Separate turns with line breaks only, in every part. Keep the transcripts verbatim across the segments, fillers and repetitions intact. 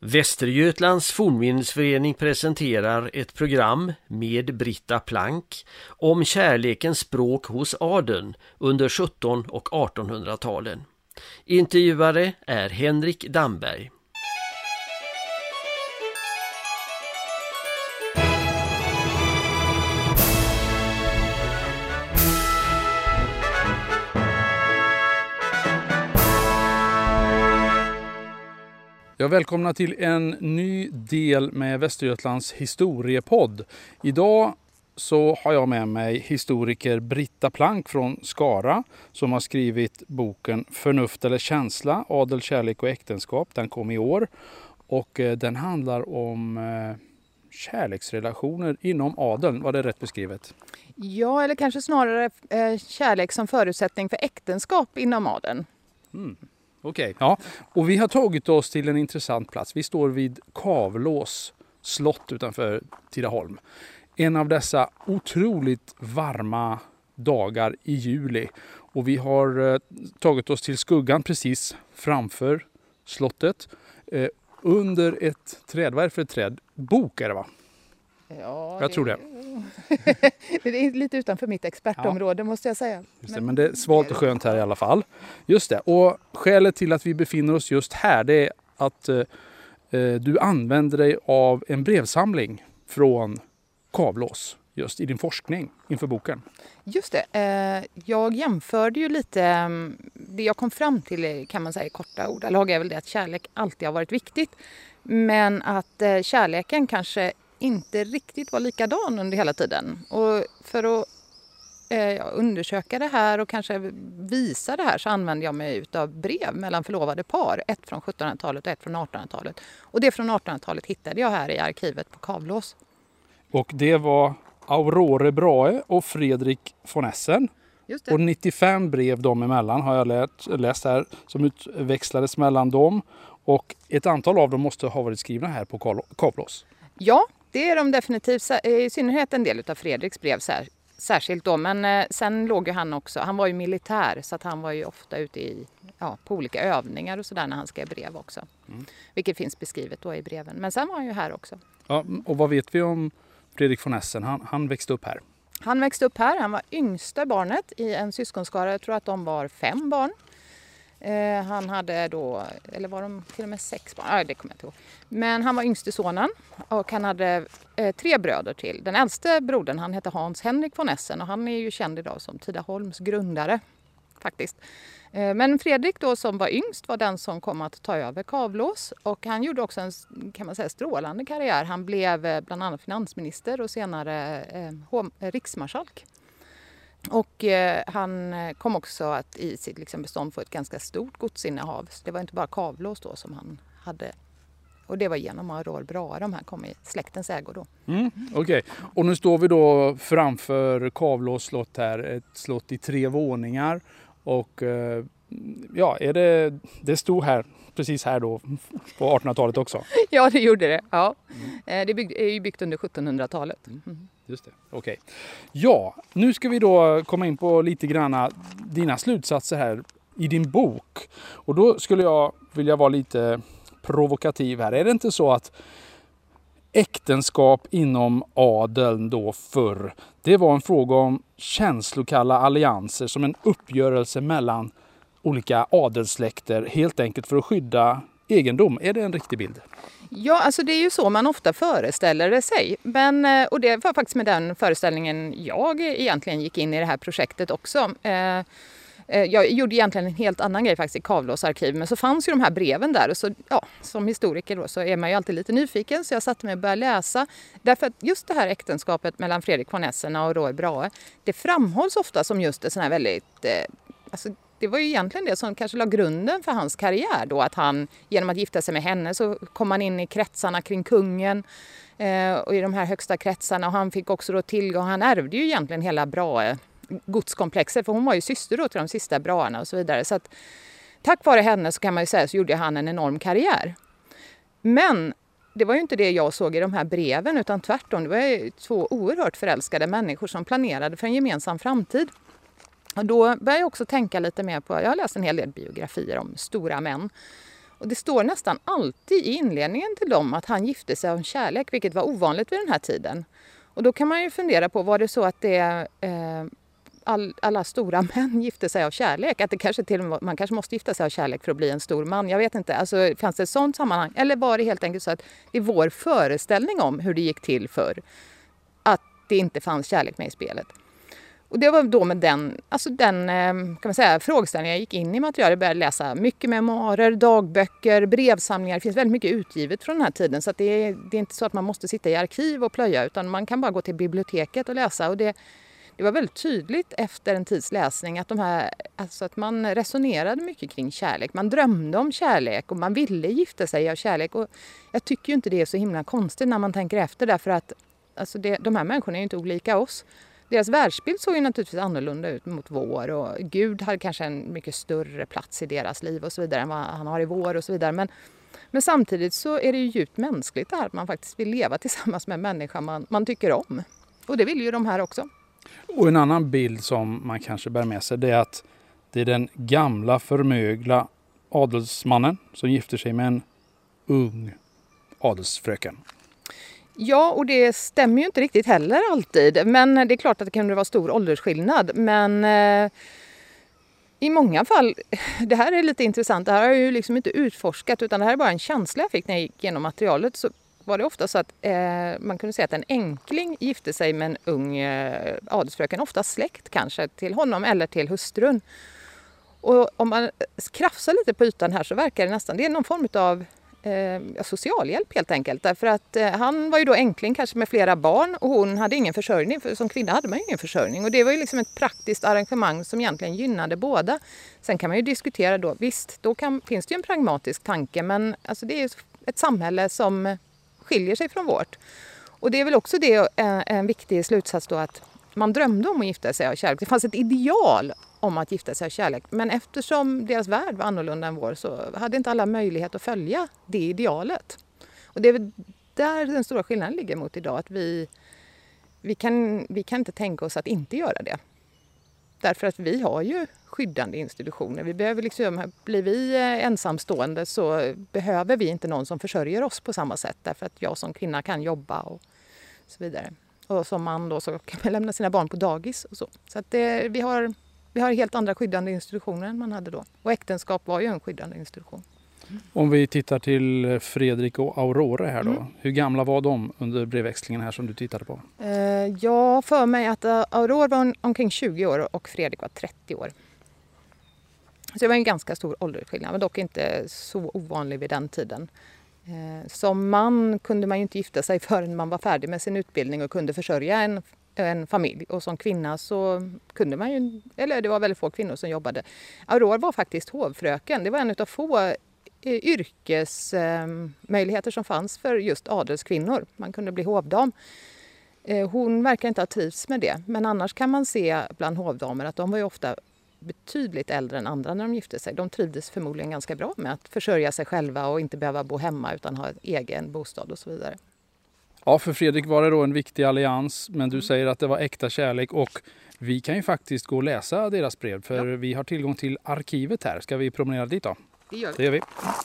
Västergötlands fornminnesförening presenterar ett program med Britta Plank om kärlekens språk hos adeln under sjutton- och artonhundratalen. Intervjuare är Henrik Damberg.
Jag välkomnar till en ny del med Västergötlands historiepodd. Idag så har jag med mig historiker Britta Plank från Skara som har skrivit boken Förnuft eller känsla, adel, kärlek och äktenskap. Den kom i år och den handlar om kärleksrelationer inom adeln. Var det rätt beskrivet?
Ja, eller kanske snarare kärlek som förutsättning för äktenskap inom adeln.
Mm. Okej, okay. Ja. Och vi har tagit oss till en intressant plats. Vi står vid Kavlås slott utanför Tidaholm. En av dessa otroligt varma dagar i juli. Och vi har eh, tagit oss till skuggan precis framför slottet. Eh, under ett träd, vad är det för ett träd? Bok är det, va?
Ja,
jag
det...
tror det.
Det är lite utanför mitt expertområde, ja. Måste jag säga.
Just det, men det är svalt och skönt här i alla fall. Just det, och skälet till att vi befinner oss just här det är att eh, du använder dig av en brevsamling från Kavlås just i din forskning inför boken.
Just det, eh, jag jämförde ju lite, det jag kom fram till kan man säga i korta ordalag är väl det att kärlek alltid har varit viktigt. Men att eh, kärleken kanske inte riktigt var likadan under hela tiden. Och för att eh, undersöka det här och kanske visa det här så använde jag mig av brev mellan förlovade par. Ett från sjuttonhundratalet och ett från artonhundratalet. Och det från artonhundratalet hittade jag här i arkivet på Kavlås.
Och det var Aurore Brahe och Fredrik von Essen.
Just det.
Och nittiofem brev dem emellan har jag lärt, läst här som utväxlades mellan dem. Och ett antal av dem måste ha varit skrivna här på Kavlås.
Ja, det är de definitivt, i synnerhet en del av Fredriks brev särskilt då. Men sen låg ju han också, han var ju militär så att han var ju ofta ute i, ja, på olika övningar och sådär när han skrev brev också. Mm. Vilket finns beskrivet då i breven. Men sen var han ju här också.
Ja, och vad vet vi om Fredrik von Essen? Han, han växte upp här.
Han växte upp här, han var yngsta barnet i en syskonskara. Jag tror att de var fem barn. Eh, han hade då, eller var de till och med sex barn? Ja, det kommer jag inte ihåg. Men han var yngste sonen och han hade eh, tre bröder till. Den äldste brodern, han hette Hans Henrik von Essen och han är ju känd idag som Tidaholms grundare faktiskt. Eh, men Fredrik då som var yngst var den som kom att ta över Kavlås och han gjorde också en, kan man säga, strålande karriär. Han blev eh, bland annat finansminister och senare eh, riksmarskalk. Och eh, han kom också att i sitt liksom, bestånd få ett ganska stort godsinnehav. Så det var inte bara Kavlås då som han hade. Och det var genom Aurore Brahe. De här kom i släktens ägo då.
Mm, Okej, okay. Och nu står vi då framför Kavlås slott här. Ett slott i tre våningar. Och eh, ja, är det, det stod här precis här då på artonhundratalet också?
Ja, det gjorde det. Ja. Mm. Det är ju byggt under sjuttonhundratalet. Mm.
Just det, okej. Okay. Ja, nu ska vi då komma in på lite granna dina slutsatser här i din bok. Och då skulle jag vilja vara lite provokativ här. Är det inte så att äktenskap inom adeln då förr, det var en fråga om känslokalla allianser som en uppgörelse mellan olika adelssläkter helt enkelt för att skydda egendom? Är det en riktig bild?
Ja, alltså det är ju så man ofta föreställer det sig. Men, och det var faktiskt med den föreställningen jag egentligen gick in i det här projektet också. Jag gjorde egentligen en helt annan grej faktiskt i Kavlås arkiv. Men så fanns ju de här breven där. Och så, ja, som historiker då, så är man ju alltid lite nyfiken. Så jag satte mig och började läsa. Därför att just det här äktenskapet mellan Fredrik von Essen och Aurore Brahe, det framhålls ofta som just ett sån här väldigt... Alltså, det var ju egentligen det som kanske la grunden för hans karriär då, att han genom att gifta sig med henne så kom han in i kretsarna kring kungen eh, och i de här högsta kretsarna och han fick också då tillgång, han ärvde ju egentligen hela Brahe godskomplexet för hon var ju syster då till de sista Braherna och så vidare så att tack vare henne så kan man ju säga så gjorde han en enorm karriär. Men det var ju inte det jag såg i de här breven utan tvärtom, det var ju två oerhört förälskade människor som planerade för en gemensam framtid. Och då började jag också tänka lite mer på, jag har läst en hel del biografier om stora män. Och det står nästan alltid i inledningen till dem att han gifte sig av kärlek, vilket var ovanligt vid den här tiden. Och då kan man ju fundera på, var det så att det, eh, all, alla stora män gifte sig av kärlek? Att det kanske till och med, man kanske måste gifta sig av kärlek för att bli en stor man. Jag vet inte, alltså, fanns det ett sådant sammanhang? Eller var det helt enkelt så att det är vår föreställning om hur det gick till för att det inte fanns kärlek med i spelet? Och det var då med den, alltså den kan man säga, frågeställningen jag gick in i materialet. Jag började läsa mycket memoarer, dagböcker, brevsamlingar. Det finns väldigt mycket utgivet från den här tiden. Så att det, är, det är inte så att man måste sitta i arkiv och plöja, utan man kan bara gå till biblioteket och läsa. Och det, det var väldigt tydligt efter en tids läsning att, de här, alltså att man resonerade mycket kring kärlek. Man drömde om kärlek och man ville gifta sig av kärlek. Och jag tycker ju inte det är så himla konstigt när man tänker efter, därför att alltså det, de här människorna är ju inte olika oss. Deras världsbild såg ju naturligtvis annorlunda ut mot vår, och Gud hade kanske en mycket större plats i deras liv och så vidare än vad han har i vår och så vidare. Men, men samtidigt så är det ju djupt mänskligt det här att man faktiskt vill leva tillsammans med en människa man, man tycker om. Och det vill ju de här också.
Och en annan bild som man kanske bär med sig, det är att det är den gamla förmögla adelsmannen som gifter sig med en ung adelsfröken.
Ja, och det stämmer ju inte riktigt heller alltid. Men det är klart att det kunde vara stor åldersskillnad. Men eh, i många fall, det här är lite intressant, det här har jag ju liksom inte utforskat, utan det här är bara en känsla jag fick när jag gick igenom materialet. Så var det ofta så att eh, man kunde säga att en enkling gifte sig med en ung eh, adelsfröken, ofta släkt kanske, till honom eller till hustrun. Och om man krafsar lite på ytan här så verkar det nästan, det är någon form av Eh, socialhjälp helt enkelt, därför att eh, han var ju då enkling kanske med flera barn och hon hade ingen försörjning, för som kvinna hade man ju ingen försörjning, och det var ju liksom ett praktiskt arrangemang som egentligen gynnade båda. Sen kan man ju diskutera då, visst, då kan, finns det ju en pragmatisk tanke, men alltså det är ett samhälle som skiljer sig från vårt. Och det är väl också det, en, en viktig slutsats då, att man drömde om att gifta sig av kärlek. Det fanns ett ideal om att gifta sig av kärlek. Men eftersom deras värld var annorlunda än vår så hade inte alla möjlighet att följa det idealet. Och det är väl där den stora skillnaden ligger mot idag. Att vi, vi, kan, vi kan inte tänka oss att inte göra det. Därför att vi har ju skyddande institutioner. Vi behöver liksom, blir vi ensamstående så behöver vi inte någon som försörjer oss på samma sätt. Därför att jag som kvinna kan jobba och så vidare. Och som man då så kan man lämna sina barn på dagis och så. Så att det, vi har... Vi har helt andra skyddande institutioner än man hade då. Och äktenskap var ju en skyddande institution.
Mm. Om vi tittar till Fredrik och Aurora här då. Mm. Hur gamla var de under brevväxlingen här som du tittade på?
Eh, jag för mig att Aurora var omkring tjugo år och Fredrik var trettio år. Så det var en ganska stor åldersskillnad, men dock inte så ovanlig vid den tiden. Eh, som man kunde man ju inte gifta sig förrän man var färdig med sin utbildning och kunde försörja en en familj, och som kvinna så kunde man ju, eller det var väldigt få kvinnor som jobbade. Aurora var faktiskt hovfröken. Det var en av få eh, yrkesmöjligheter eh, som fanns för just adelskvinnor. Man kunde bli hovdam. Eh, hon verkar inte ha trivts med det, men annars kan man se bland hovdamer att de var ju ofta betydligt äldre än andra när de gifte sig. De trivdes förmodligen ganska bra med att försörja sig själva och inte behöva bo hemma utan ha egen bostad och så vidare.
Ja, för Fredrik var det då en viktig allians, men du säger att det var äkta kärlek, och vi kan ju faktiskt gå och läsa deras brev, för ja. Vi har tillgång till arkivet här. Ska vi promenera dit då?
Det gör vi.
Det gör vi.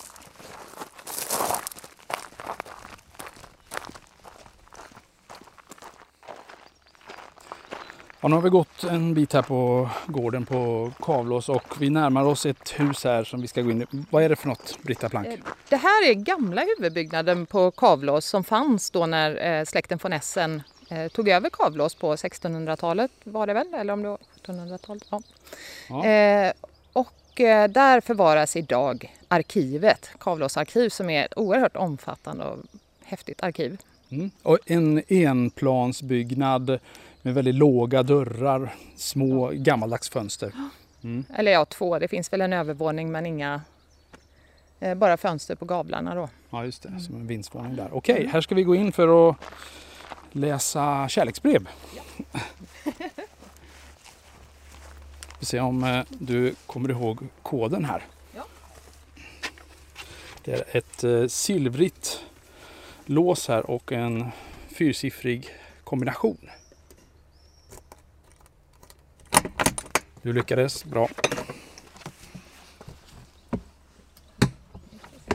Ja, nu har vi gått en bit här på gården på Kavlås och vi närmar oss ett hus här som vi ska gå in i. Vad är det för något, Britta Plank?
Det här är gamla huvudbyggnaden på Kavlås som fanns då när släkten von Essen tog över Kavlås på sextonhundratalet var det väl, eller om det var sjuttonhundratalet. Ja. Ja. Eh, och där förvaras idag arkivet, Kavlås arkiv, som är ett oerhört omfattande och häftigt arkiv.
Mm. Och en enplansbyggnad med väldigt låga dörrar, små ja. gammaldags fönster.
Mm. Eller ja, två. Det finns väl en övervåning men inga, eh, bara fönster på gavlarna då.
Ja, just det. Som en vindsvåning där. Okej, okay, här ska vi gå in för att läsa kärleksbrev. Ja. Vi ser om eh, du kommer ihåg koden här. Ja. Det är ett eh, silvrigt lås här och en fyrsiffrig kombination. Du lyckades, bra.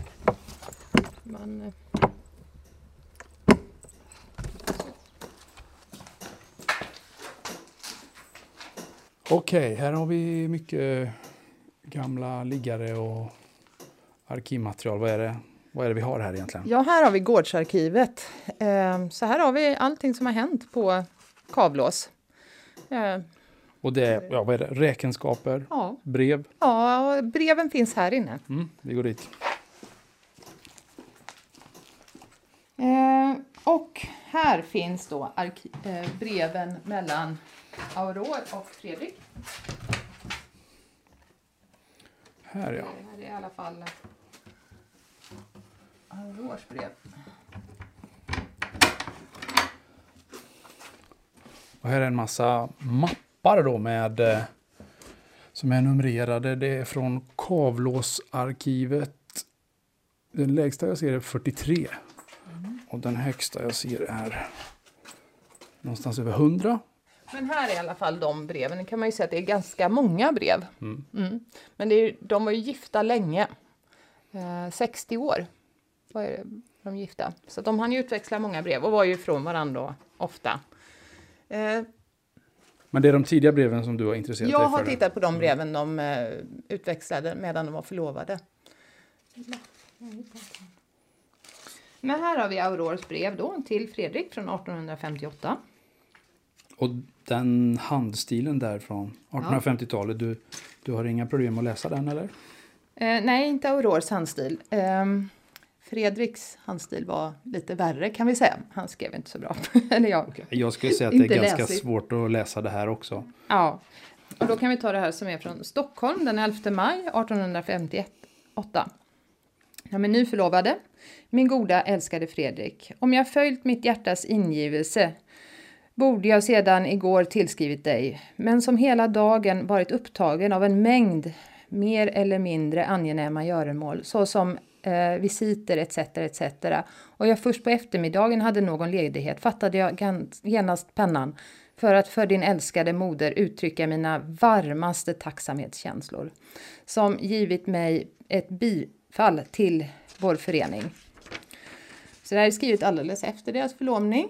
Okej, okay, här har vi mycket gamla liggare och arkivmaterial. Vad är det, vad är det vi har här egentligen?
Ja, här har vi gårdsarkivet. Så här har vi allting som har hänt på Kavlås.
Och det är, ja, vad är det? Räkenskaper,
ja.
brev?
Ja, breven finns här inne.
Mm, vi går dit.
Eh, och här finns då arki- eh, breven mellan Aurore och Fredrik.
Här ja.
Det här är i alla fall Aurores brev.
Och här är en massa mappar då med eh, som är numrerade. Det är från Kavlåsarkivet. Den lägsta jag ser är fyrtiotre. Mm. Och den högsta jag ser är någonstans över hundra.
Men här är i alla fall de breven. Det kan man ju säga att det är ganska många brev. Mm. Mm. Men det är, de var ju gifta länge. Eh, sextio år var de gifta. Så de hann ju utväxla många brev och var ju från varandra ofta. Eh,
Men det är de tidiga breven som du har intresserat dig för?
Jag har tittat på de breven de eh, utväxlade medan de var förlovade. Men här har vi Aurores brev då till Fredrik från arton femtioåtta.
Och den handstilen där från artonhundrafemtiotalet, du, du har inga problem att läsa den eller?
Eh, nej, inte Aurores handstil. Eh, Fredriks handstil var lite värre kan vi säga. Han skrev inte så bra. Eller jag.
Okay. Jag skulle säga att det är ganska läsigt. Svårt att läsa det här också.
Ja, och då kan vi ta det här som är från Stockholm den elfte maj arton femtioåtta. Ja, men nyförlovade, min goda älskade Fredrik. Om jag följt mitt hjärtas ingivelse borde jag sedan igår tillskrivit dig, men som hela dagen varit upptagen av en mängd mer eller mindre angenäma göromål, såsom eh, visiter et cetera et cetera. Och jag först på eftermiddagen hade någon ledighet fattade jag gans, genast pennan för att för din älskade moder uttrycka mina varmaste tacksamhetskänslor, som givit mig ett bifall till vår förening. Så det här är skrivet alldeles efter deras förlovning.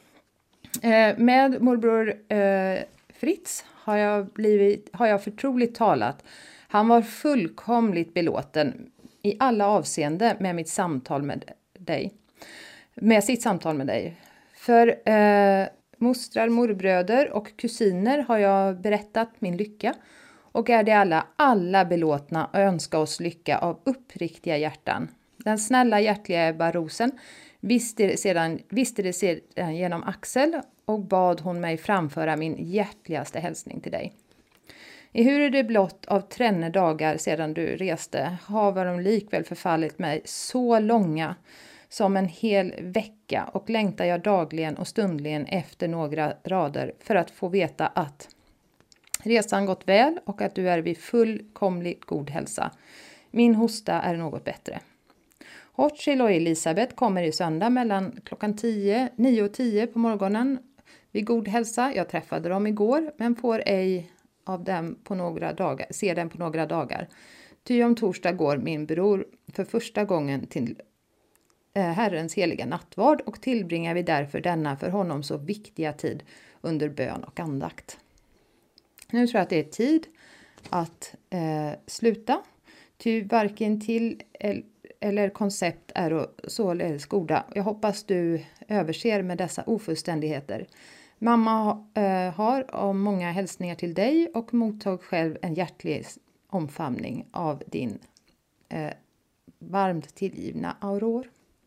Eh, med morbror eh, Fritz har jag, blivit, har jag förtroligt talat. Han var fullkomligt belåten i alla avseenden med mitt samtal med dig. Med sitt samtal med dig. För eh, mostrar, morbröder och kusiner har jag berättat min lycka. Och är det alla, alla belåtna och önskar oss lycka av uppriktiga hjärtan. Den snälla hjärtliga Ebba Rosen visste det, sedan, visste det sedan genom Axel och bad hon mig framföra min hjärtligaste hälsning till dig. I hur är det blott av tränne dagar sedan du reste har de likväl förfallit mig så långa som en hel vecka och längtar jag dagligen och stundligen efter några rader för att få veta att resan gått väl och att du är vid fullkomligt god hälsa. Min hosta är något bättre. Hortsil och Elisabeth kommer i söndag mellan klockan tio, nio och tio på morgonen vid god hälsa. Jag träffade dem igår men får ej av dem på några dagar, se dem på några dagar. Ty om torsdag går min bror för första gången till eh, Herrens heliga nattvard och tillbringar vi därför denna för honom så viktiga tid under bön och andakt. Nu tror jag att det är tid att eh, sluta. Ty varken till eller koncept är således goda. Jag hoppas du överser med dessa ofullständigheter. Mamma eh, har om många hälsningar till dig och mottag själv en hjärtlig omfamning av din eh, varmt tillgivna Aurore.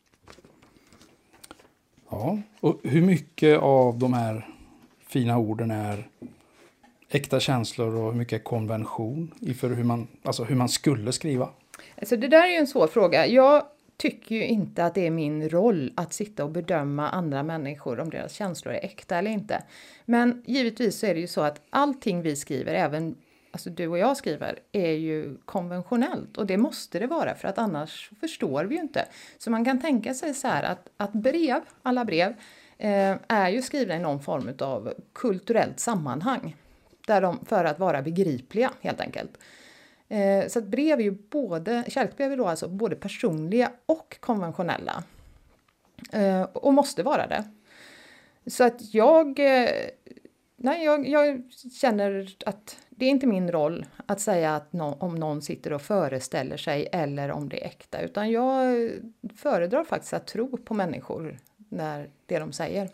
Ja, och hur mycket av de här fina orden är äkta känslor och hur mycket är konvention för hur man, alltså hur man skulle skriva?
Alltså det där är ju en svår fråga. Jag tycker ju inte att det är min roll att sitta och bedöma andra människor om deras känslor är äkta eller inte. Men givetvis så är det ju så att allting vi skriver, även alltså du och jag skriver, är ju konventionellt. Och det måste det vara för att annars förstår vi ju inte. Så man kan tänka sig så här att, att brev, alla brev, eh, är ju skrivna i någon form av kulturellt sammanhang. Där de, för att vara begripliga helt enkelt. Eh, så att brev är ju både, kärleksbrev är då alltså både personliga och konventionella. Eh, och måste vara det. Så att jag, eh, Nej, jag, jag känner att det är inte min roll att säga att no, om någon sitter och föreställer sig eller om det är äkta. Utan jag föredrar faktiskt att tro på människor när det de säger.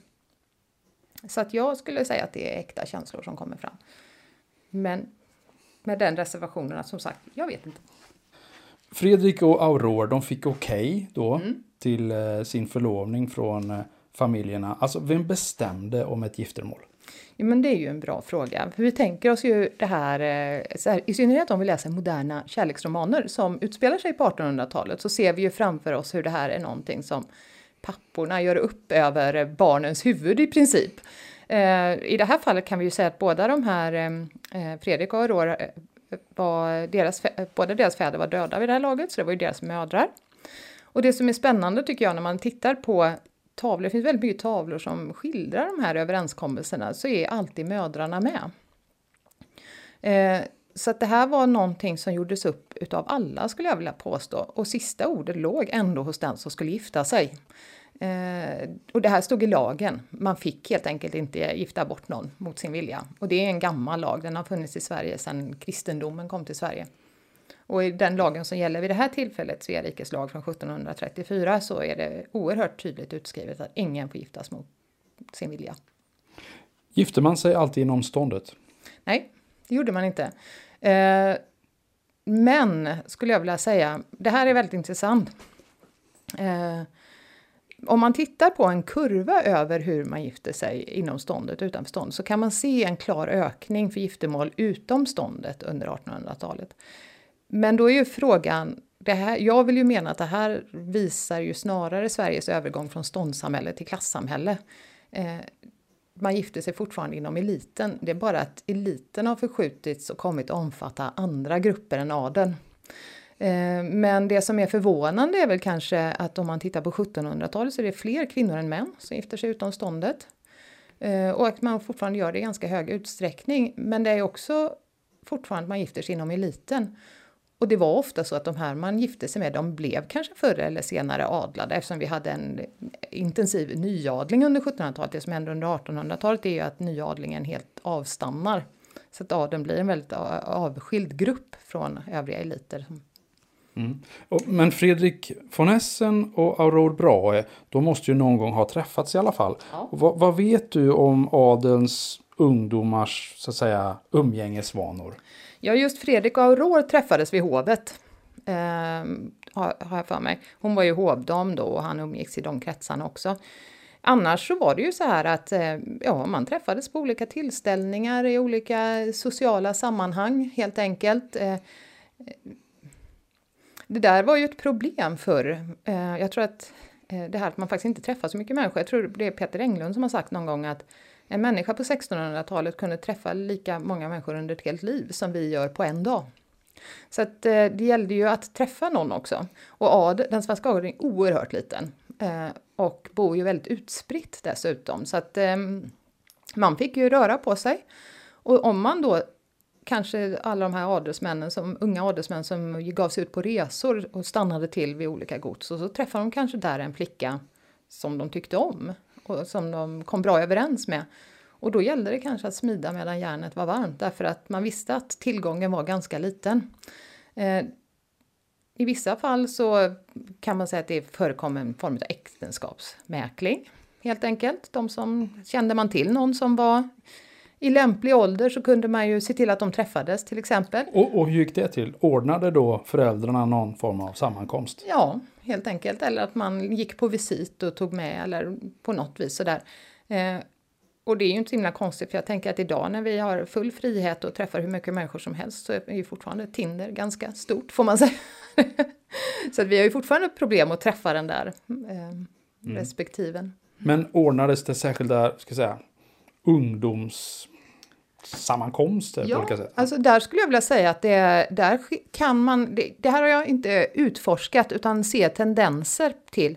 Så att jag skulle säga att det är äkta känslor som kommer fram. Men med den reservationen att som sagt, jag vet inte.
Fredrik och Aurore, de fick okej okay då
Mm.
till eh, sin förlovning från eh, familjerna. Alltså vem bestämde om ett giftermål?
Ja, men det är ju en bra fråga. För vi tänker oss ju det här, eh, så här, i synnerhet om vi läser moderna kärleksromaner som utspelar sig på artonhundratalet, så ser vi ju framför oss hur det här är någonting som papporna gör upp över barnens huvud i princip. Eh, I det här fallet kan vi ju säga att båda de här, eh, Fredrik och Aurore, eh, var deras, båda deras fäder var döda vid det här laget, så det var ju deras mödrar. Och det som är spännande tycker jag när man tittar på tavlor, det finns väldigt mycket tavlor som skildrar de här överenskommelserna, så är alltid mödrarna med. Eh, så att det här var någonting som gjordes upp utav alla, skulle jag vilja påstå. Och sista ordet låg ändå hos den som skulle gifta sig. Eh, och det här stod i lagen. Man fick helt enkelt inte gifta bort någon mot sin vilja. Och det är en gammal lag, den har funnits i Sverige sedan kristendomen kom till Sverige. Och i den lagen som gäller vid det här tillfället, Svea rikes lag från sjuttonhundratrettiofyra, så är det oerhört tydligt utskrivet att ingen får giftas mot sin vilja.
Gifte man sig alltid inom ståndet?
Nej, det gjorde man inte. Eh, men, skulle jag vilja säga, det här är väldigt intressant. Eh, om man tittar på en kurva över hur man gifter sig inom ståndet och utanför ståndet, så kan man se en klar ökning för giftermål utom ståndet under artonhundratalet. Men då är ju frågan, det här, jag vill ju mena att det här visar ju snarare Sveriges övergång från ståndssamhälle till klassamhälle. Eh, man gifter sig fortfarande inom eliten. Det är bara att eliten har förskjutits och kommit att omfatta andra grupper än adeln. Eh, men det som är förvånande är väl kanske att om man tittar på sjuttonhundratalet så är det fler kvinnor än män som gifter sig utom ståndet. Eh, och att man fortfarande gör det i ganska hög utsträckning. Men det är också fortfarande att man gifter sig inom eliten. Och det var ofta så att de här man gifte sig med, de blev kanske förr eller senare adlade, eftersom vi hade en intensiv nyadling under sjuttonhundratalet. Det som hände under artonhundratalet är ju att nyadlingen helt avstannar. Så att adeln blir en väldigt avskild grupp från övriga eliter.
Mm. Och, men Fredrik von Essen och Aurore Brahe, de måste ju någon gång ha träffats i alla fall.
Ja.
Och vad, vad vet du om adelns ungdomars, så att säga, umgängesvanor?
Ja, just Fredrik och Aurore träffades vid hovet, eh, har, har jag för mig. Hon var ju hovdam då och han umgicks i de kretsarna också. Annars så var det ju så här att eh, ja, man träffades på olika tillställningar i olika sociala sammanhang helt enkelt. Eh, det där var ju ett problem förr. Eh, jag tror att eh, det här att man faktiskt inte träffar så mycket människor. Jag tror det är Peter Englund som har sagt någon gång att en människa på sextonhundratalet kunde träffa lika många människor under ett helt liv som vi gör på en dag. Så att, eh, det gällde ju att träffa någon också. Och ad, den svenska adeln är oerhört liten. Eh, och bor ju väldigt utspritt dessutom. Så att eh, man fick ju röra på sig. Och om man då, kanske alla de här adelsmännen, som, unga adelsmän som gav sig ut på resor och stannade till vid olika gods. Och så träffade de kanske där en flicka som de tyckte om. Och som de kom bra överens med. Och då gällde det kanske att smida medan järnet var varmt. Därför att man visste att tillgången var ganska liten. Eh, I vissa fall så kan man säga att det förekom en form av äktenskapsmäkling. Helt enkelt. De som kände man till någon som var i lämplig ålder så kunde man ju se till att de träffades till exempel.
Och, och hur gick det till? Ordnade då föräldrarna någon form av sammankomst?
Ja, helt enkelt. Eller att man gick på visit och tog med eller på något vis sådär. Eh, och det är ju inte så himla konstigt för jag tänker att idag när vi har full frihet och träffar hur mycket människor som helst så är ju fortfarande Tinder ganska stort får man säga. Så att vi har ju fortfarande ett problem att träffa den där eh, mm. respektiven.
Men ordnades det särskilda, ska jag säga, ungdomssammankomster
ja,
på olika sätt?
Alltså där skulle jag vilja säga att det, där kan man, det, det här har jag inte utforskat utan ser tendenser till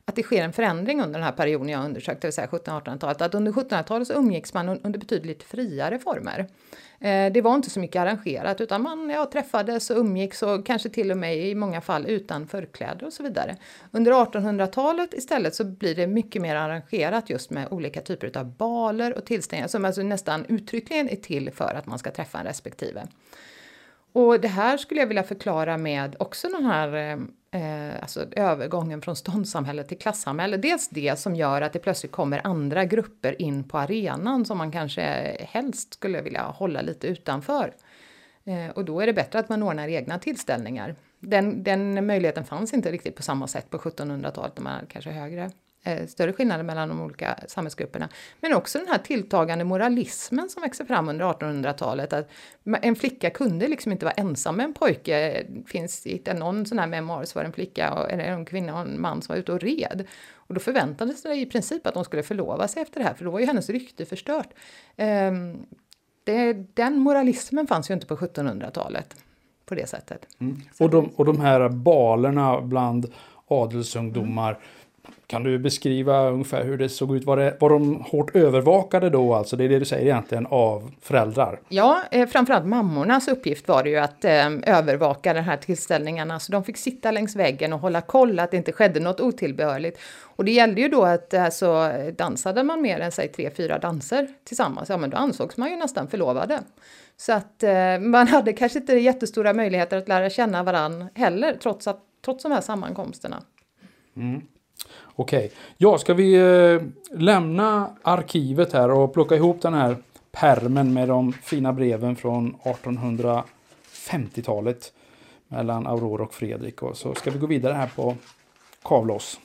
att det sker en förändring under den här perioden jag undersökt, det vill säga sjuttonhundra- och artonhundratalet. Att under sjuttonhundratalet så umgicks man under betydligt friare former. Eh, det var inte så mycket arrangerat utan man ja, träffades och umgicks och kanske till och med i många fall utan förkläder och så vidare. Under artonhundratalet istället så blir det mycket mer arrangerat just med olika typer av baler och tillställningar som alltså nästan uttryckligen är till för att man ska träffa en respektive. Och det här skulle jag vilja förklara med också den här eh, alltså övergången från ståndssamhälle till klassamhälle. Dels det som gör att det plötsligt kommer andra grupper in på arenan som man kanske helst skulle vilja hålla lite utanför. Eh, och då är det bättre att man ordnar egna tillställningar. Den, den möjligheten fanns inte riktigt på samma sätt på sjuttonhundratalet när man hade kanske högre. Större skillnader mellan de olika samhällsgrupperna. Men också den här tilltagande moralismen som växer fram under artonhundratalet. Att en flicka kunde liksom inte vara ensam med en pojke. Det finns inte någon sån här memoar så var en flicka eller en kvinna och en man som var ute och red. Och då förväntades det i princip att de skulle förlova sig efter det här. För då var ju hennes rykte förstört. Det, den moralismen fanns ju inte på sjuttonhundratalet på det sättet.
Mm. Och, de, och de här balerna bland adelsungdomar. Mm. Kan du beskriva ungefär hur det såg ut? Var, det, var de hårt övervakade då? Alltså det är det du säger egentligen av föräldrar.
Ja, eh, framförallt mammornas uppgift var det ju att eh, övervaka de här tillställningarna. Så de fick sitta längs väggen och hålla koll att det inte skedde något otillbehörligt. Och det gällde ju då att alltså, dansade man mer än säg tre, fyra danser tillsammans. Ja, men då ansågs man ju nästan förlovade. Så att eh, man hade kanske inte jättestora möjligheter att lära känna varann heller. Trots, att, trots de här sammankomsterna.
Mm. Okej, ja, ska vi eh, lämna arkivet här och plocka ihop den här pärmen med de fina breven från artonhundrafemtiotalet mellan Aurora och Fredrik, och så ska vi gå vidare här på Kavlås.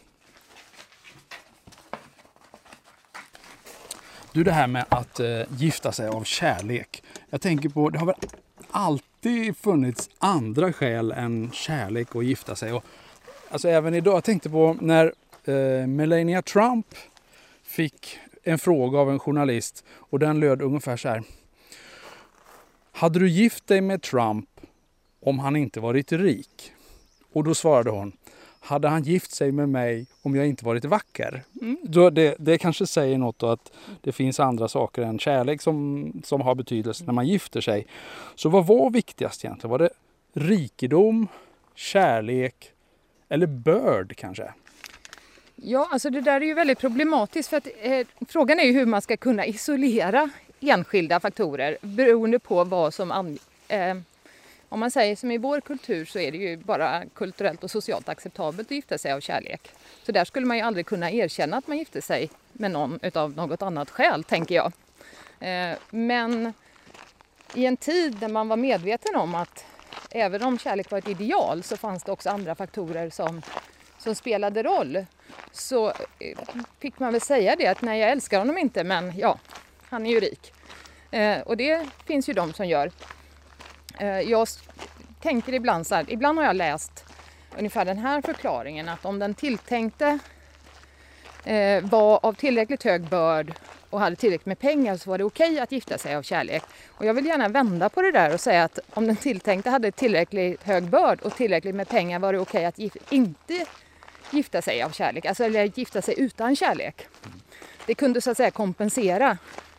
Du, det här med att eh, gifta sig av kärlek. Jag tänker på, det har väl alltid funnits andra skäl än kärlek att gifta sig. Och, alltså även idag, jag tänkte på när Uh, Melania Trump fick en fråga av en journalist och den löd ungefär så här: hade du gift dig med Trump om han inte varit rik? Och då svarade hon: hade han gift sig med mig om jag inte varit vacker? Mm. Då det, det kanske säger något då, att det finns andra saker än kärlek som, som har betydelse när man gifter sig. Så vad var viktigast egentligen? Var det rikedom, kärlek eller börd kanske?
Ja, alltså det där är ju väldigt problematiskt för att eh, frågan är ju hur man ska kunna isolera enskilda faktorer beroende på vad som an, eh, om man säger som i vår kultur så är det ju bara kulturellt och socialt acceptabelt att gifta sig av kärlek. Så där skulle man ju aldrig kunna erkänna att man gifte sig med någon utav något annat skäl, tänker jag. Eh, men i en tid där man var medveten om att även om kärlek var ett ideal så fanns det också andra faktorer som som spelade roll, så fick man väl säga det att nej, jag älskar honom inte, men ja, han är ju rik. Eh, och det finns ju de som gör. Eh, jag tänker ibland så här, ibland har jag läst ungefär den här förklaringen att om den tilltänkte eh, var av tillräckligt hög börd och hade tillräckligt med pengar så var det okej att gifta sig av kärlek. Och jag vill gärna vända på det där och säga att om den tilltänkte hade tillräckligt hög börd och tillräckligt med pengar var det okej att gif- inte gifta sig av kärlek, alltså eller gifta sig utan kärlek. Det kunde så att säga kompensera.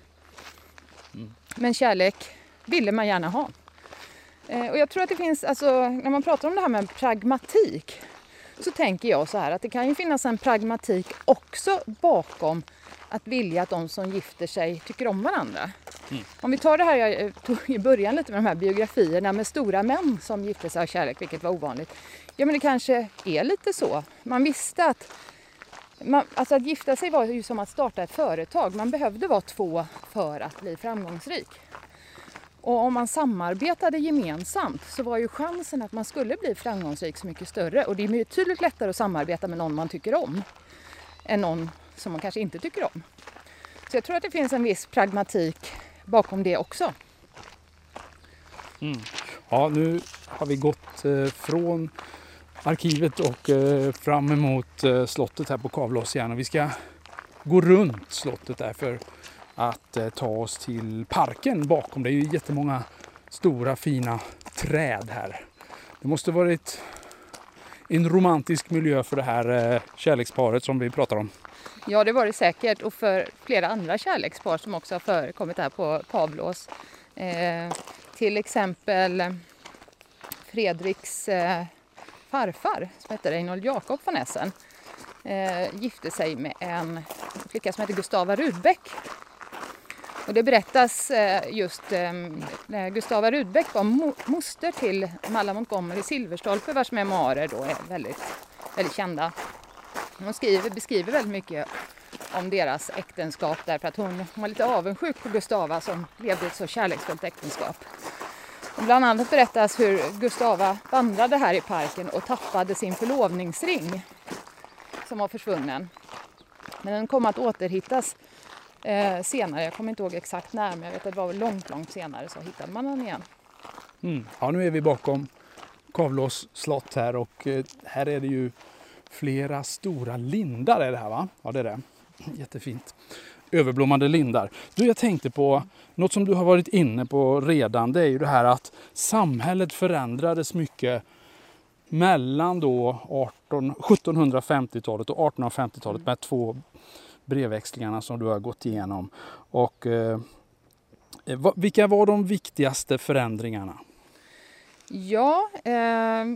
Men kärlek ville man gärna ha. Eh, och jag tror att det finns, alltså när man pratar om det här med pragmatik så tänker jag så här att det kan ju finnas en pragmatik också bakom att vilja att de som gifter sig tycker om varandra. Mm. Om vi tar det här jag tog i början lite med de här biografierna med stora män som gifte sig av kärlek, vilket var ovanligt. Ja, men det kanske är lite så. Man visste att man, alltså att gifta sig var ju som att starta ett företag. Man behövde vara två för att bli framgångsrik. Och om man samarbetade gemensamt så var ju chansen att man skulle bli framgångsrik så mycket större. Och det är betydligt lättare att samarbeta med någon man tycker om än någon som man kanske inte tycker om. Så jag tror att det finns en viss pragmatik bakom det också.
Mm. Ja, nu har vi gått eh, från arkivet och eh, fram emot eh, slottet här på Kavlås igen. Och vi ska gå runt slottet där för att eh, ta oss till parken bakom. Det är ju jättemånga stora fina träd här. Det måste varit en romantisk miljö för det här eh, kärleksparet som vi pratar om.
Ja, det var det säkert, och för flera andra kärlekspar som också har förekommit här på Pavlås. Eh, till exempel Fredriks eh, farfar, som heter Reinhold Jakob von Essen, eh, gifte sig med en flicka som heter Gustava Rudbeck. Och det berättas eh, just eh, när Gustava Rudbeck var mo- moster till Malla Montgomery Silverstolpe, vars memoarer då är väldigt, väldigt kända. Hon skriver, beskriver väldigt mycket om deras äktenskap därför att hon, hon var lite avundsjuk på Gustava som levde ett så kärleksfullt äktenskap. Och bland annat berättas hur Gustava vandrade här i parken och tappade sin förlovningsring som var försvunnen. Men den kom att återhittas eh, senare. Jag kommer inte ihåg exakt när, men jag vet att det var långt, långt senare så hittade man den igen.
Mm. Ja, nu är vi bakom Kavlås slott här och eh, här är det ju flera stora lindar är det här, va? Ja, det är det. Jättefint. Överblommande lindar. Du, jag tänkte på något som du har varit inne på redan. Det är ju det här att samhället förändrades mycket mellan då arton, sjuttonhundrafemtiotalet och artonhundrafemtiotalet med två brevväxlingarna som du har gått igenom. Och eh, vilka var de viktigaste förändringarna?
Ja, eh,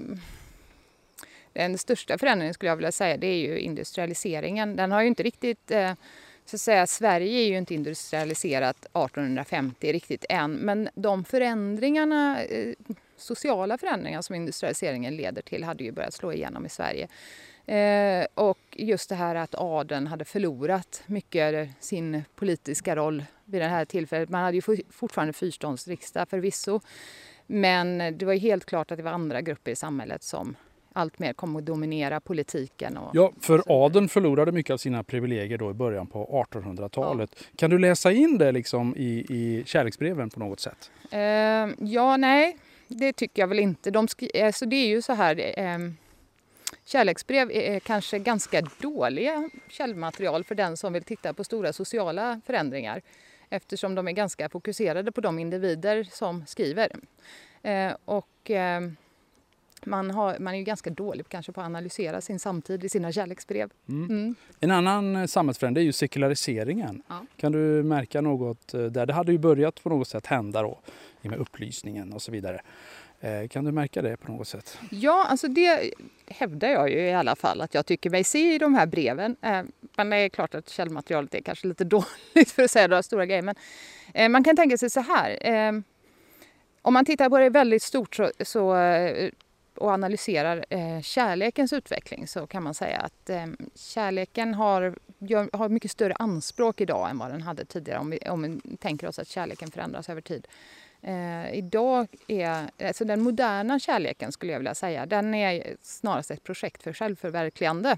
den största förändringen skulle jag vilja säga, det är ju industrialiseringen. Den har ju inte riktigt, eh, så att säga, Sverige är ju inte industrialiserat artonhundrafemtio riktigt än, men de förändringarna, eh, sociala förändringar som industrialiseringen leder till hade ju börjat slå igenom i Sverige. Eh, och just det här att adeln hade förlorat mycket sin politiska roll vid det här tillfället. Man hade ju fortfarande fyrståndsriksdag förvisso, men det var ju helt klart att det var andra grupper i samhället som allt mer kom att dominera politiken. Och
ja, för adeln förlorade mycket av sina privilegier då i början på artonhundratalet. Ja. Kan du läsa in det liksom i, i kärleksbreven på något sätt?
Eh, ja, nej, det tycker jag väl inte. De skri- alltså det är ju så här, eh, kärleksbrev är kanske ganska dåliga källmaterial för den som vill titta på stora sociala förändringar, eftersom de är ganska fokuserade på de individer som skriver. Eh, och eh, man, har, man är ju ganska dålig kanske på att analysera sin samtid i sina kärleksbrev.
Mm.
Mm.
En annan samhällsförändring är ju sekulariseringen.
Ja.
Kan du märka något där? Det hade ju börjat på något sätt hända då, med upplysningen och så vidare. Eh, kan du märka det på något sätt?
Ja, alltså det hävdar jag ju i alla fall att jag tycker mig se i de här breven. Eh, men det är klart att källmaterialet är kanske lite dåligt för att säga några stora grejer. Men eh, man kan tänka sig så här. Eh, om man tittar på det väldigt stort så, så, eh, och analyserar eh, kärlekens utveckling, så kan man säga att eh, kärleken har, gör, har mycket större anspråk idag än vad den hade tidigare. Om vi, om vi tänker oss att kärleken förändras över tid. Eh, idag är, alltså den moderna kärleken skulle jag vilja säga, den är snarast ett projekt för självförverkligande.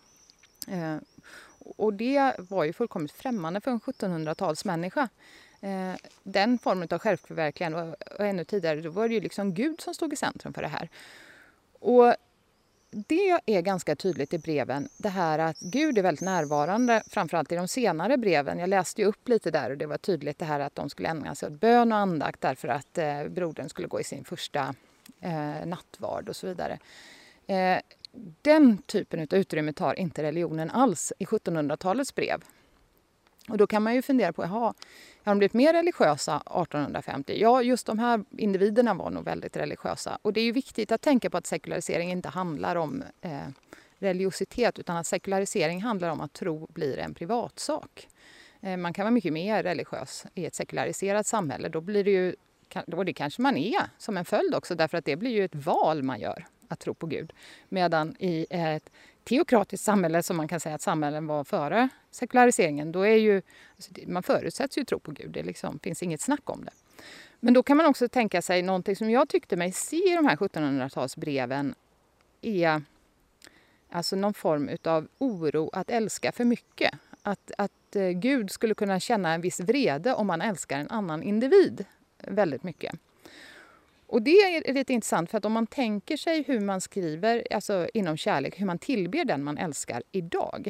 Eh, och det var ju fullkomligt främmande för en sjuttonhundratalsmänniska. Eh, den formen av självförverkligande, och, och ännu tidigare, då var det ju liksom Gud som stod i centrum för det här. Och det är ganska tydligt i breven, det här att Gud är väldigt närvarande, framförallt i de senare breven. Jag läste ju upp lite där och det var tydligt det här att de skulle ägna sig åt bön och andakt därför att eh, brodern skulle gå i sin första eh, nattvard och så vidare. Eh, den typen av utrymme tar inte religionen alls i sjuttonhundratalets brev. Och då kan man ju fundera på, jaha, har de blivit mer religiösa artonhundrafemtio? Ja, just de här individerna var nog väldigt religiösa. Och det är ju viktigt att tänka på att sekularisering inte handlar om eh, religiositet, utan att sekularisering handlar om att tro blir en privatsak. Eh, man kan vara mycket mer religiös i ett sekulariserat samhälle. Då blir det ju, då det kanske man är som en följd också, därför att det blir ju ett val man gör att tro på Gud. Medan i ett teokratiskt samhälle, som man kan säga att samhällen var före sekulariseringen, då är ju, alltså man förutsätts ju tro på Gud, det liksom, finns inget snack om det. Men då kan man också tänka sig någonting som jag tyckte mig se i de här sjuttonhundratalsbreven är alltså någon form av oro att älska för mycket. Att, att eh, Gud skulle kunna känna en viss vrede om man älskar en annan individ väldigt mycket. Och det är lite intressant, för att om man tänker sig hur man skriver, alltså inom kärlek, hur man tillber den man älskar idag.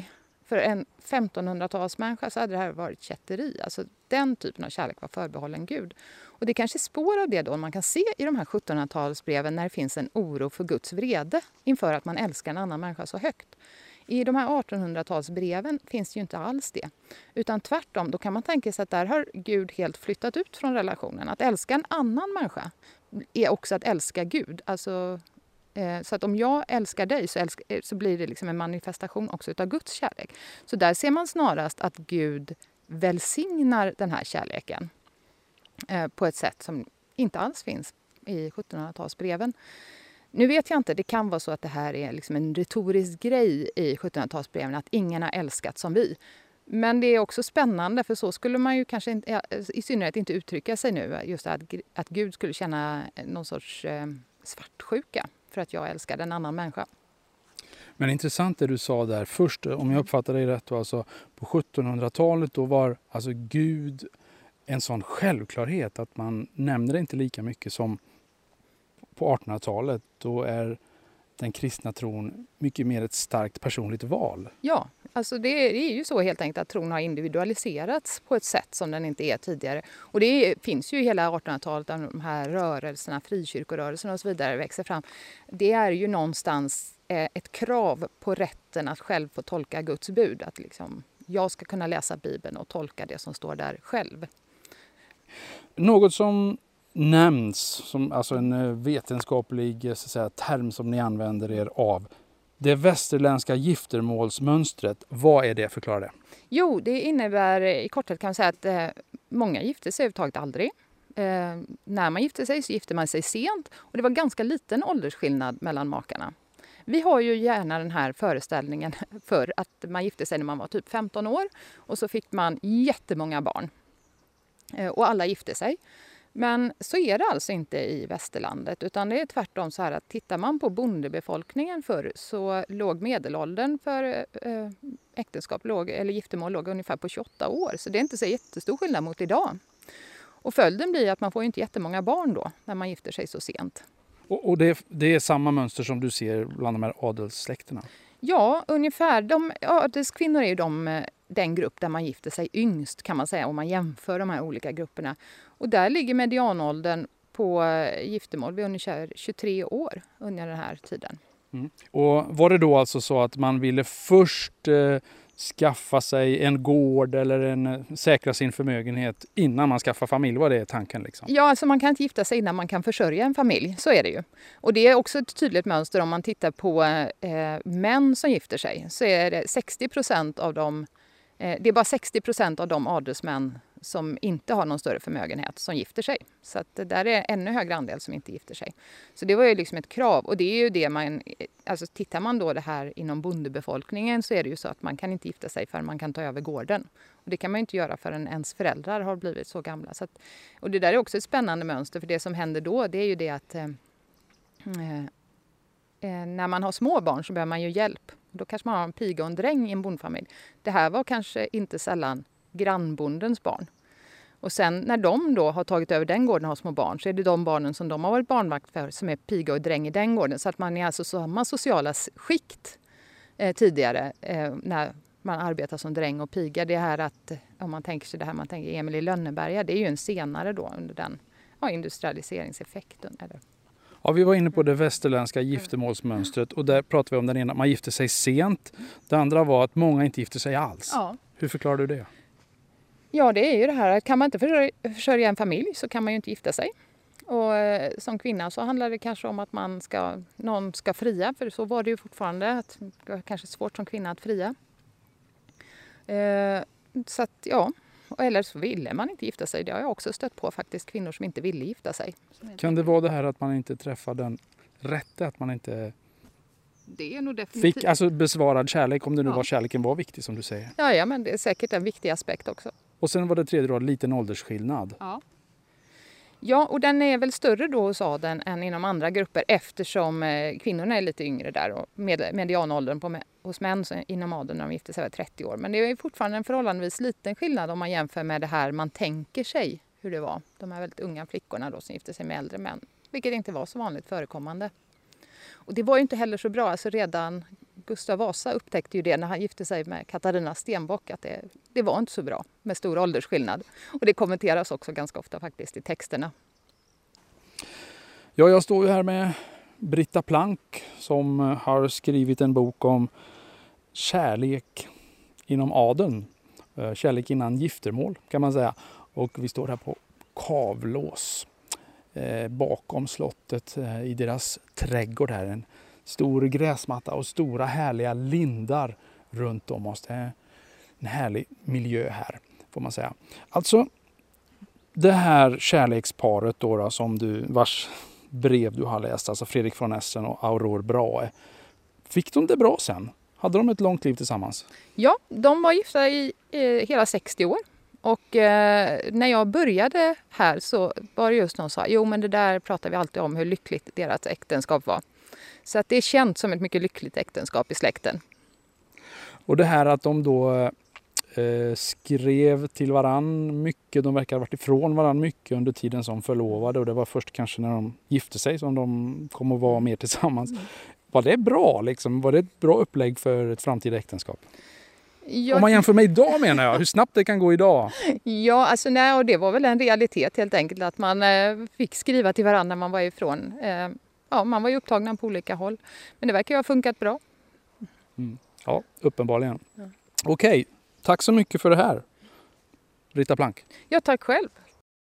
för en femtonhundratalsmänniska så hade det här varit kätteri. Alltså den typen av kärlek var förbehållen Gud. Och det kanske är spår av det då man kan se i de här sjuttonhundratalsbreven när det finns en oro för Guds vrede inför att man älskar en annan människa så högt. I de här artonhundratalsbreven finns det ju inte alls det. Utan tvärtom, då kan man tänka sig att där har Gud helt flyttat ut från relationen. Att älska en annan människa är också att älska Gud. Alltså, eh, så att om jag älskar dig så, älsk, så blir det liksom en manifestation också utav Guds kärlek. Så där ser man snarast att Gud välsignar den här kärleken eh, på ett sätt som inte alls finns i sjuttonhundratalsbreven. Nu vet jag inte, det kan vara så att det här är liksom en retorisk grej i sjuttonhundratalsbreven, att ingen har älskat som vi. Men det är också spännande, för så skulle man ju kanske inte, i synnerhet inte uttrycka sig nu, just att, att Gud skulle känna någon sorts eh, svartsjuka för att jag älskar en annan människa.
Men intressant det du sa där först, om jag uppfattar dig rätt, alltså på sjuttonhundratalet då var alltså Gud en sån självklarhet att man nämner det inte lika mycket som på artonhundratalet. Då är den kristna tron mycket mer ett starkt personligt val.
Ja, alltså det är, det är ju så helt enkelt att tron har individualiserats på ett sätt som den inte är tidigare. Och det är, finns ju i hela artonhundratalet, där de här rörelserna, frikyrkorörelserna och så vidare växer fram. Det är ju någonstans eh, ett krav på rätten att själv få tolka Guds bud. Att liksom, jag ska kunna läsa Bibeln och tolka det som står där själv.
Något som nämns som alltså en vetenskaplig så att säga, term som ni använder er av. Det västerländska giftermålsmönstret, vad är det? Förklara det.
Jo, det innebär i korthet kan man säga att eh, många gifter sig överhuvudtaget aldrig. Eh, när man gifter sig så gifter man sig sent och det var ganska liten åldersskillnad mellan makarna. Vi har ju gärna den här föreställningen för att man gifte sig när man var typ femton år och så fick man jättemånga barn. Eh, och alla gifte sig. Men så är det alltså inte i västerlandet, utan det är tvärtom så här att tittar man på bondebefolkningen förr så låg medelåldern för eh, äktenskap låg, eller giftermål låg ungefär på tjugoåtta år. Så det är inte så jättestor skillnad mot idag. Och följden blir att man får inte jättemånga barn då när man gifter sig så sent.
Och, och det, det är samma mönster som du ser bland de här adelssläkterna?
Ja, ungefär. De, adelskvinnor är ju de, den grupp där man gifter sig yngst kan man säga om man jämför de här olika grupperna. Och där ligger medianåldern på giftermål vid ungefär tjugotre år under den här tiden.
Mm. Och var det då alltså så att man ville först eh, skaffa sig en gård eller en, säkra sin förmögenhet innan man skaffar familj? Var det tanken liksom?
Ja, alltså man kan inte gifta sig innan man kan försörja en familj, så är det ju. Och det är också ett tydligt mönster om man tittar på eh, män som gifter sig. Så är det sextio procent av dem, eh, det är bara sextio procent av de adelsmän som inte har någon större förmögenhet som gifter sig. Så att det där är ännu högre andel som inte gifter sig. Så det var ju liksom ett krav. Och det är ju det man, alltså tittar man då det här inom bondebefolkningen så är det ju så att man kan inte gifta sig förrän man kan ta över gården. Och det kan man ju inte göra förrän ens föräldrar har blivit så gamla. Så att, och det där är också ett spännande mönster, för det som händer då det är ju det att eh, eh, när man har små barn så behöver man ju hjälp. Då kanske man har en piga och en dräng i en bondfamilj. Det här var kanske inte sällan grannbondens barn. Och sen när de då har tagit över den gården och har små barn så är det de barnen som de har varit barnvakt för som är piga och dräng i den gården. Så att man är alltså samma sociala skikt eh, tidigare eh, när man arbetar som dräng och piga. Det här att, om man tänker sig det här man tänker Emil i Lönneberga, det är ju en senare då under den ja, industrialiseringseffekten. Eller?
Ja, vi var inne på det västerländska giftermålsmönstret och där pratade vi om den ena, man gifte sig sent. Det andra var att många inte gifte sig alls.
Ja.
Hur förklarar du det?
Ja, det är ju det här att kan man inte försörja, försörja en familj så kan man ju inte gifta sig. Och eh, som kvinna så handlar det kanske om att man ska, någon ska fria, för så var det ju fortfarande. Att det var kanske svårt som kvinna att fria. Eh, så att ja, eller så ville man inte gifta sig. Det har jag också stött på faktiskt, kvinnor som inte ville gifta sig.
Kan det vara det här att man inte träffar den rätte, att man inte
det är nog definitivt.
fick alltså besvarad kärlek, om det nu
ja.
var kärleken var viktig som du säger?
Ja, ja, men det är säkert en viktig aspekt också.
Och sen var det tredje då, liten åldersskillnad.
Ja. Ja, och den är väl större då hos adeln än inom andra grupper eftersom eh, kvinnorna är lite yngre där och med, medianåldern på, hos män så, inom adeln när de gifter sig var trettio år. Men det är fortfarande en förhållandevis liten skillnad om man jämför med det här man tänker sig hur det var. De här väldigt unga flickorna då som gifter sig med äldre män, vilket inte var så vanligt förekommande. Och det var ju inte heller så bra, alltså redan Gustav Vasa upptäckte ju det när han gifte sig med Katarina Stenbock, att det, det var inte så bra med stor åldersskillnad. Och det kommenteras också ganska ofta faktiskt i texterna.
Ja, jag står ju här med Britta Plank som har skrivit en bok om kärlek inom adeln. Kärlek innan giftermål kan man säga. Och vi står här på Kavlås eh, bakom slottet eh, i deras trädgård här. En stor gräsmatta och stora härliga lindar runt om oss. Det är en härlig miljö här får man säga. Alltså det här kärleksparet då, då som du, vars brev du har läst, alltså Fredrik von Essen och Aurore Brahe. Fick de det bra sen? Hade de ett långt liv tillsammans?
Ja, de var gifta i eh, hela sextio år. Och eh, när jag började här så var det just någon som sa, jo men det där pratar vi alltid om hur lyckligt deras äktenskap var. Så att det är känt som ett mycket lyckligt äktenskap i släkten.
Och det här att de då eh, skrev till varann mycket, de verkar ha varit ifrån varann mycket under tiden som förlovade. Och det var först kanske när de gifte sig som de kom att vara mer tillsammans. Mm. Var det bra liksom? Var det ett bra upplägg för ett framtida äktenskap? Jag... Om man jämför med idag menar jag, hur snabbt det kan gå idag.
Ja, alltså nej, och det var väl en realitet helt enkelt att man eh, fick skriva till varandra när man var ifrån. Eh, ja, man var ju upptagna på olika håll. Men det verkar ju ha funkat bra.
Mm. Ja, uppenbarligen. Ja. Okej, tack så mycket för det här. Britta Plank.
Ja, tack själv.